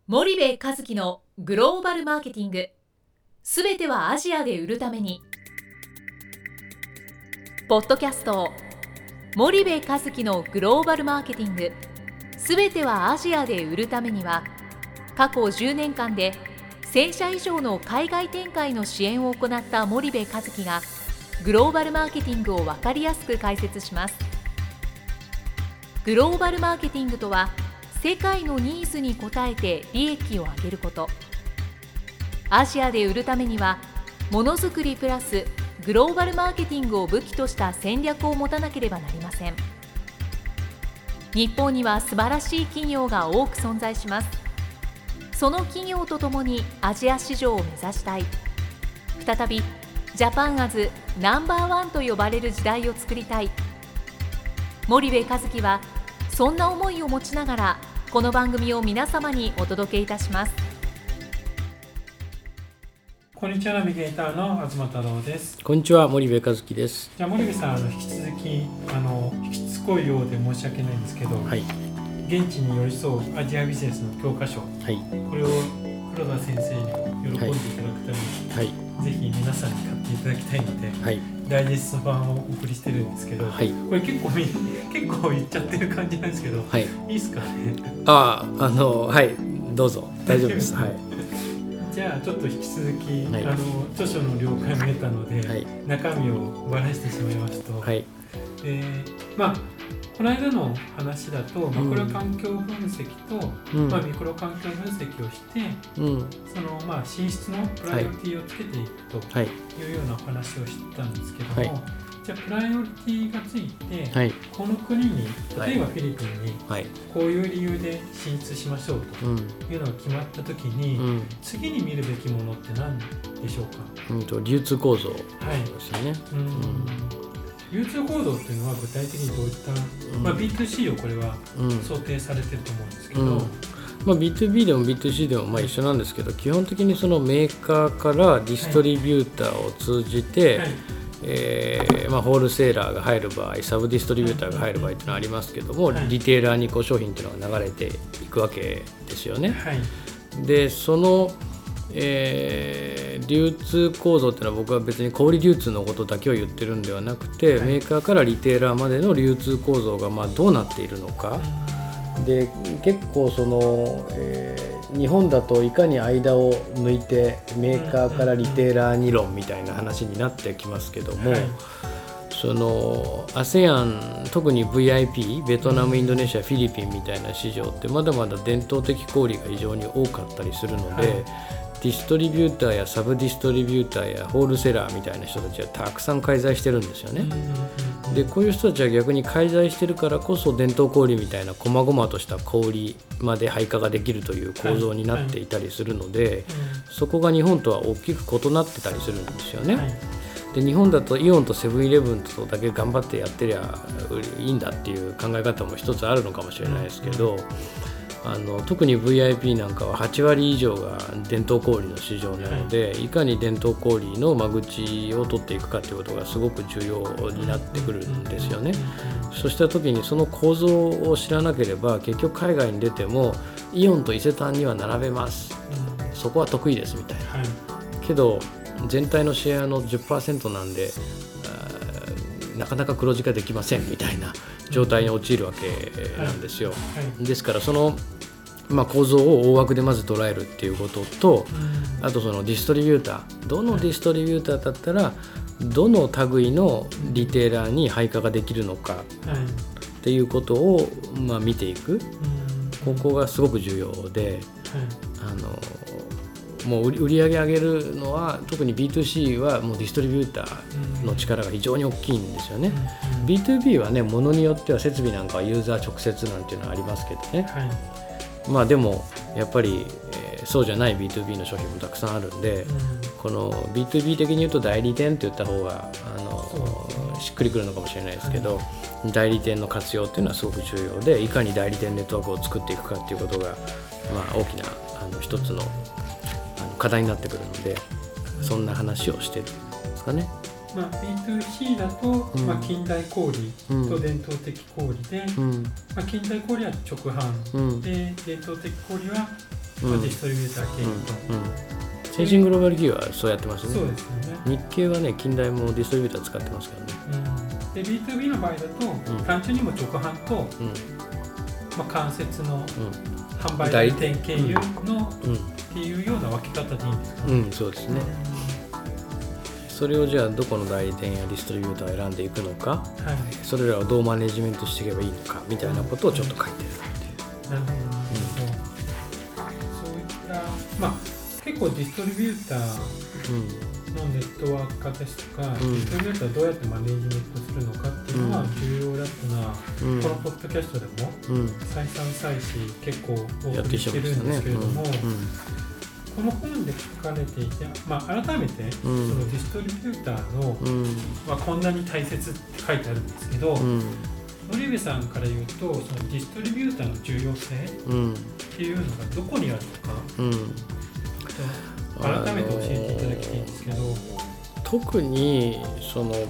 森部一樹のグローバルマーケティング、すべてはアジアで売るために。ポッドキャスト森部一樹のグローバルマーケティング、すべてはアジアで売るためには、過去10年間で1000社以上の海外展開の支援を行った森部一樹がグローバルマーケティングを分かりやすく解説します。グローバルマーケティングとは、世界のニーズに応えて利益を上げること。アジアで売るためには、ものづくりプラスグローバルマーケティングを武器とした戦略を持たなければなりません。日本には素晴らしい企業が多く存在します。その企業とともにアジア市場を目指したい。再びジャパンアズナンバーワンと呼ばれる時代を作りたい。森部一樹はそんな思いを持ちながら、この番組を皆様にお届けいたします。 こんにちは、ナビゲーターの東太郎です。 こんにちは、森部一樹です。 じゃあ森部さん、引き続き引きつこいようで申し訳ないんですけど、 はい、 現地に寄り添うアジアビジネスの教科書、 はい、 これを黒田先生にも喜んでいただくために、はい、ぜひ皆さんに買っていただきたいので、はい、ダイジェスト版をお送りしてるんですけど、はい、これ結構言っちゃってる感じなんですけど、はい、いいですかね。 はい、どうぞ、大丈夫です。はい。 じゃあちょっと引き続き、はい、著書の了解も得たので、はい、中身をばらしてしまいますと、はい、この間の話だと、マクロ環境分析と、ミクロ環境分析をして、その進出のプライオリティをつけていくというような話をしたんですけども、じゃあプライオリティがついて、この国に、例えばフィリピンにこういう理由で進出しましょうというのが決まったときに、次に見るべきものって何でしょうか。 流通構造ですよね。 流通構造っていうのは具体的にどういった、B2C をこれは想定されてると思うんですけど、 B2B でも B2C でも一緒なんですけど、基本的にそのメーカーからディストリビューターを通じて、ホールセーラーが入る場合、サブディストリビューターが入る場合っていうのはありますけども、リテーラーに商品っていうのが流れていくわけですよね。でその流通構造っていうのは、僕は別に小売流通のことだけを言ってるんではなくて、メーカーからリテーラーまでの流通構造がどうなっているのかで、結構その、日本だといかに間を抜いてメーカーからリテーラーに論みたいな話になってきますけども、その ASEAN、 特に VIP、 ベトナム、インドネシア、フィリピンみたいな市場ってまだまだ伝統的小売が非常に多かったりするので、ディストリビューターやサブディストリビューターやホールセラーみたいな人たちはたくさん介在してるんですよね。でこういう人たちは逆に介在してるからこそ、伝統小売みたいな細々とした小売まで配下ができるという構造になっていたりするので、そこが日本とは大きく異なってたりするんですよね。で日本だとイオンとセブンイレブンとだけ頑張ってやってりゃいいんだっていう考え方も一つあるのかもしれないですけど、特に VIP なんかは8割以上が伝統小売の市場なので、いかに伝統小売の間口を取っていくかということがすごく重要になってくるんですよね。そうした時にその構造を知らなければ、結局海外に出てもイオンと伊勢丹には並べます、そこは得意ですみたいな、けど全体のシェアの 10% なんでなかなか黒字化できませんみたいな状態に陥るわけなんですよ。ですからその、構造を大枠でまず捉えるっていうことと、あとそのディストリビューター、どのディストリビューターだったらどの類のリテーラーに配下ができるのかっていうことを見ていく、ここがすごく重要で、もう売り上げ上げるのは、特に B2C はもうディストリビューターの力が非常に大きいんですよね。B2B はね、ものによっては設備なんかはユーザー直接なんていうのはありますけどね、でもやっぱり、そうじゃない B2B の商品もたくさんあるんで、この B2B 的に言うと代理店って言った方がしっくりくるのかもしれないですけど、代理店の活用っていうのはすごく重要で、いかに代理店ネットワークを作っていくかっていうことが、大きな一つの課題になってくるので、そんな話をしてるんですかね。 B2C だと、近代小売と伝統的小売で、近代小売は直販、で伝統的小売はディストリビューター経由と、 先進グローバル企業はそうやってますね。 そうですよね。 日経はね、近代もディストリビューター使ってますからね。 で B2B の場合だと、単純にも直販と、間接の販売代理店経由の、っていうような分け方でいいんですかね。 そうですね。それをじゃあどこの代理店やディストリビューターを選んでいくのか、それらをどうマネジメントしていけばいいのかみたいなことをちょっと書いてるっていう。 なるほど、そういった結構ディストリビューターのネットワーク化ですとか、ディストリビューターをどうやってマネジメントするのかっていうのは重要だったのは、このポッドキャストでも再三再四結構お送りしてるんですけれども、この本で書かれていて、改めてそのディストリビューターの、こんなに大切って書いてあるんですけど、森部さんから言うと、そのディストリビューターの重要性っていうのがどこにあるのか、改めて教えていただきたいんですけど。 特にその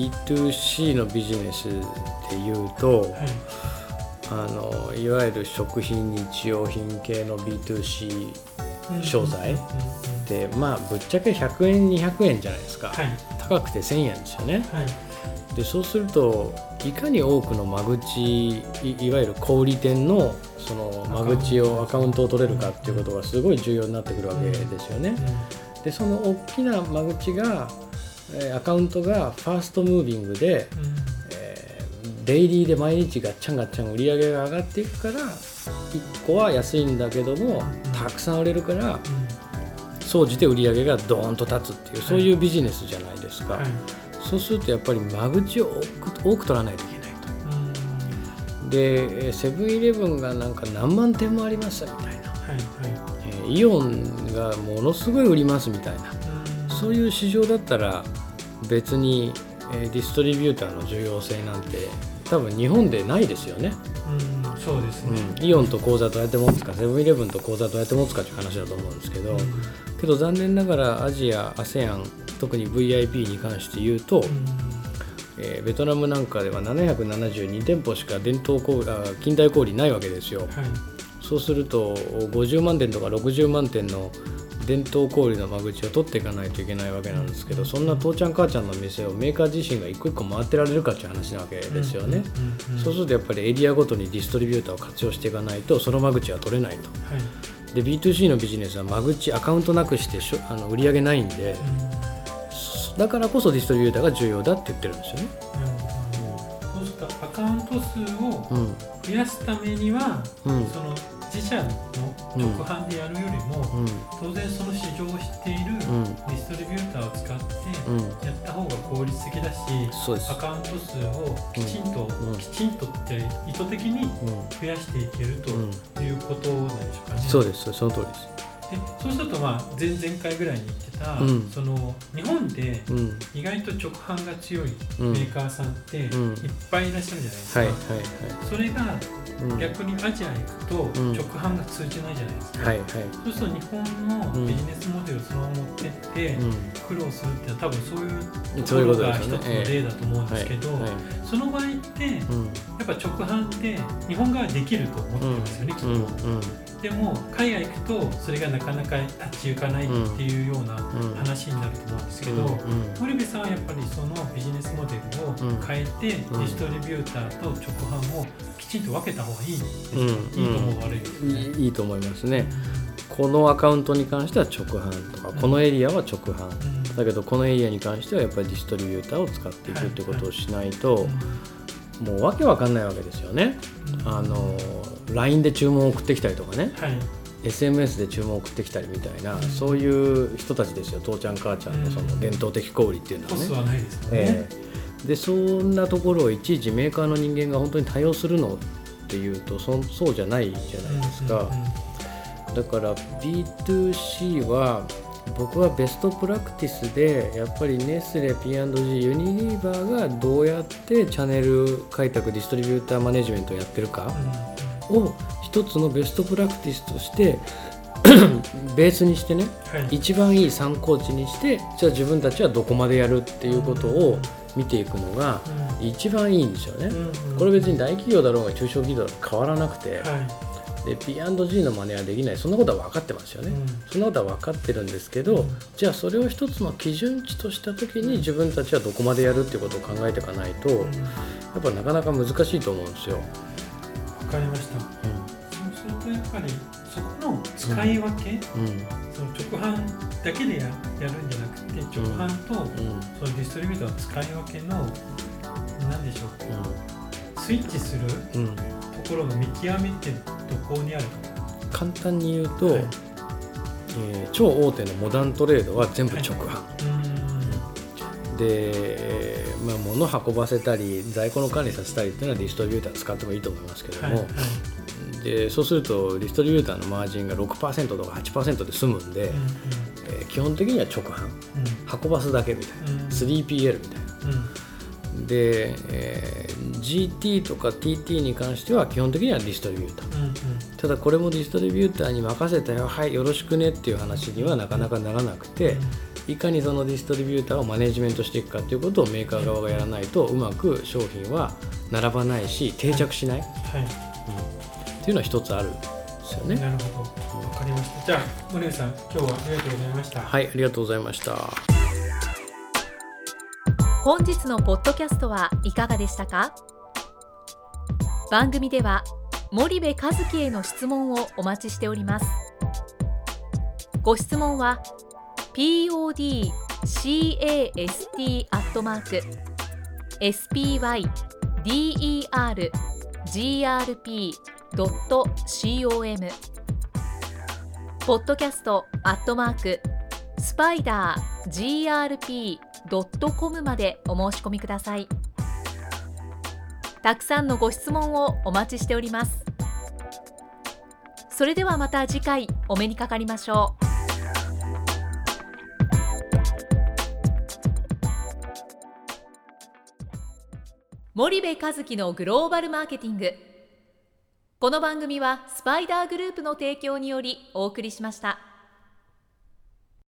B2C のビジネスでいうと、いわゆる食品日用品系の B2C 商材で、ぶっちゃけ100円200円じゃないですか、高くて1000円ですよね、でそうするといかに多くの間口、いわゆる小売店のその間口をアカウントを取れるかっていうことがすごい重要になってくるわけですよね。でその大きな間口がアカウントがファーストムービングで、デイリーで毎日ガッチャンガッチャン売り上げが上がっていくから、1個は安いんだけどもたくさん売れるから総じて売り上げがドーンと立つっていう、そういうビジネスじゃないですか。そうするとやっぱり間口を多く取らないといけないと。でセブンイレブンがなんか何万店もありますみたいな、イオンがものすごい売りますみたいな、そういう市場だったら別にディストリビューターの重要性なんて多分日本でないですよね。 そうですね、 イオンと口座どうやって持つか、セブンイレブンと口座どうやって持つかという話だと思うんですけど、けど残念ながらアジア、ASEAN、特に VIP に関して言うと、ベトナムなんかでは772店舗しか近代小売ないわけですよ、そうすると50万店とか60万店の伝統小売の間口を取っていかないといけないわけなんですけど、そんな父ちゃん母ちゃんの店をメーカー自身が一個一個回ってられるかっていう話なわけですよね。そうするとやっぱりエリアごとにディストリビューターを活用していかないとその間口は取れないと、で B2C のビジネスは間口アカウントなくして売り上げないんで、だからこそディストリビューターが重要だって言ってるんですよね。 そうするとアカウント数を増やすためには、その自社の直販でやるよりも、当然その市場を知っているディストリビューターを使ってやった方が効率的だし、アカウント数をきちんとって意図的に増やしていけるということなんでしょうかね。 そうです、その通りです。 でそうすると前々回ぐらいに言ってた、その日本で意外と直販が強いメーカーさんっていっぱいいらっしゃるじゃないですか。それが逆にアジア行くと直販が通じないじゃないですか。そうすると日本のビジネスモデルをそのまま持ってって苦労するっていうのは多分そういうところが一つの例だと思うんですけど、その場合ってやっぱ直販って日本側はできると思ってるんですよね、きっと。でも海外行くとそれがなかなか立ち行かないっていうような話になると思うんですけど、森部さんはやっぱりそのビジネスモデルを変えて、ディストリビューターと直販をきちんと分けた方がいいですか？いいと思う、悪いですね。 いいと思いますね。このアカウントに関しては直販とか、このエリアは直販、だけどこのエリアに関してはやっぱりディストリビューターを使っていくってことをしないと、もうわけわかんないわけですよね。LINE で注文を送ってきたりとかね、SMS で注文を送ってきたりみたいな、そういう人たちですよ、父ちゃん母ちゃんのその伝統的小売っていうのはね。 コスはないですよね。 でそんなところをいちいちメーカーの人間が本当に対応するのっていうとそうじゃないじゃないですか。だから B2C は僕はベストプラクティスでやっぱりネスレ、P&G、ユニリーバーがどうやってチャンネル開拓、ディストリビューターマネジメントをやってるかを一つのベストプラクティスとしてベースにしてね、一番いい参考値にして、じゃあ自分たちはどこまでやるっていうことを見ていくのが一番いいんですよね。これ別に大企業だろうが中小企業だろうが変わらなくて、 で P&G の真似はできない、そんなことは分かってますよね、そんなことは分かってるんですけど、じゃあそれを一つの基準値とした時に自分たちはどこまでやるっていうことを考えていかないと、やっぱなかなか難しいと思うんですよ。 分かりました、そうするとやっぱりそこの使い分け、その直販だけでやるんじゃなくて、直販とそのディストリビューターの使い分けの何でしょう、スイッチするところの見極めってどこにあるか。 簡単に言うと、超大手のモダントレードは全部直販、で、物運ばせたり在庫の管理させたりっていうのはディストリビューター使ってもいいと思いますけども、でそうするとディストリビューターのマージンが 6% とか 8% で済むんで、基本的には直販、運ばすだけみたいな、3PL みたいな、で、GT とか TT に関しては基本的にはディストリビューター、ただこれもディストリビューターに任せたよ、はいよろしくねっていう話にはなかなかならなくて、いかにそのディストリビューターをマネジメントしていくかということをメーカー側がやらないとうまく商品は並ばないし定着しない、っていうのは一つあるんですよね。 なるほど、わかりました。じゃあ森口さん、今日はありがとうございました。 はい、ありがとうございました。 本日のポッドキャストはいかがでしたか？番組では森部一樹への質問をお待ちしております。ご質問は podcast@spydergrp.com podcast@spidergrp.com までお申し込みください。たくさんのご質問をお待ちしております。それではまた次回お目にかかりましょう。森部一樹のグローバルマーケティング。この番組はスパイダーグループの提供によりお送りしました。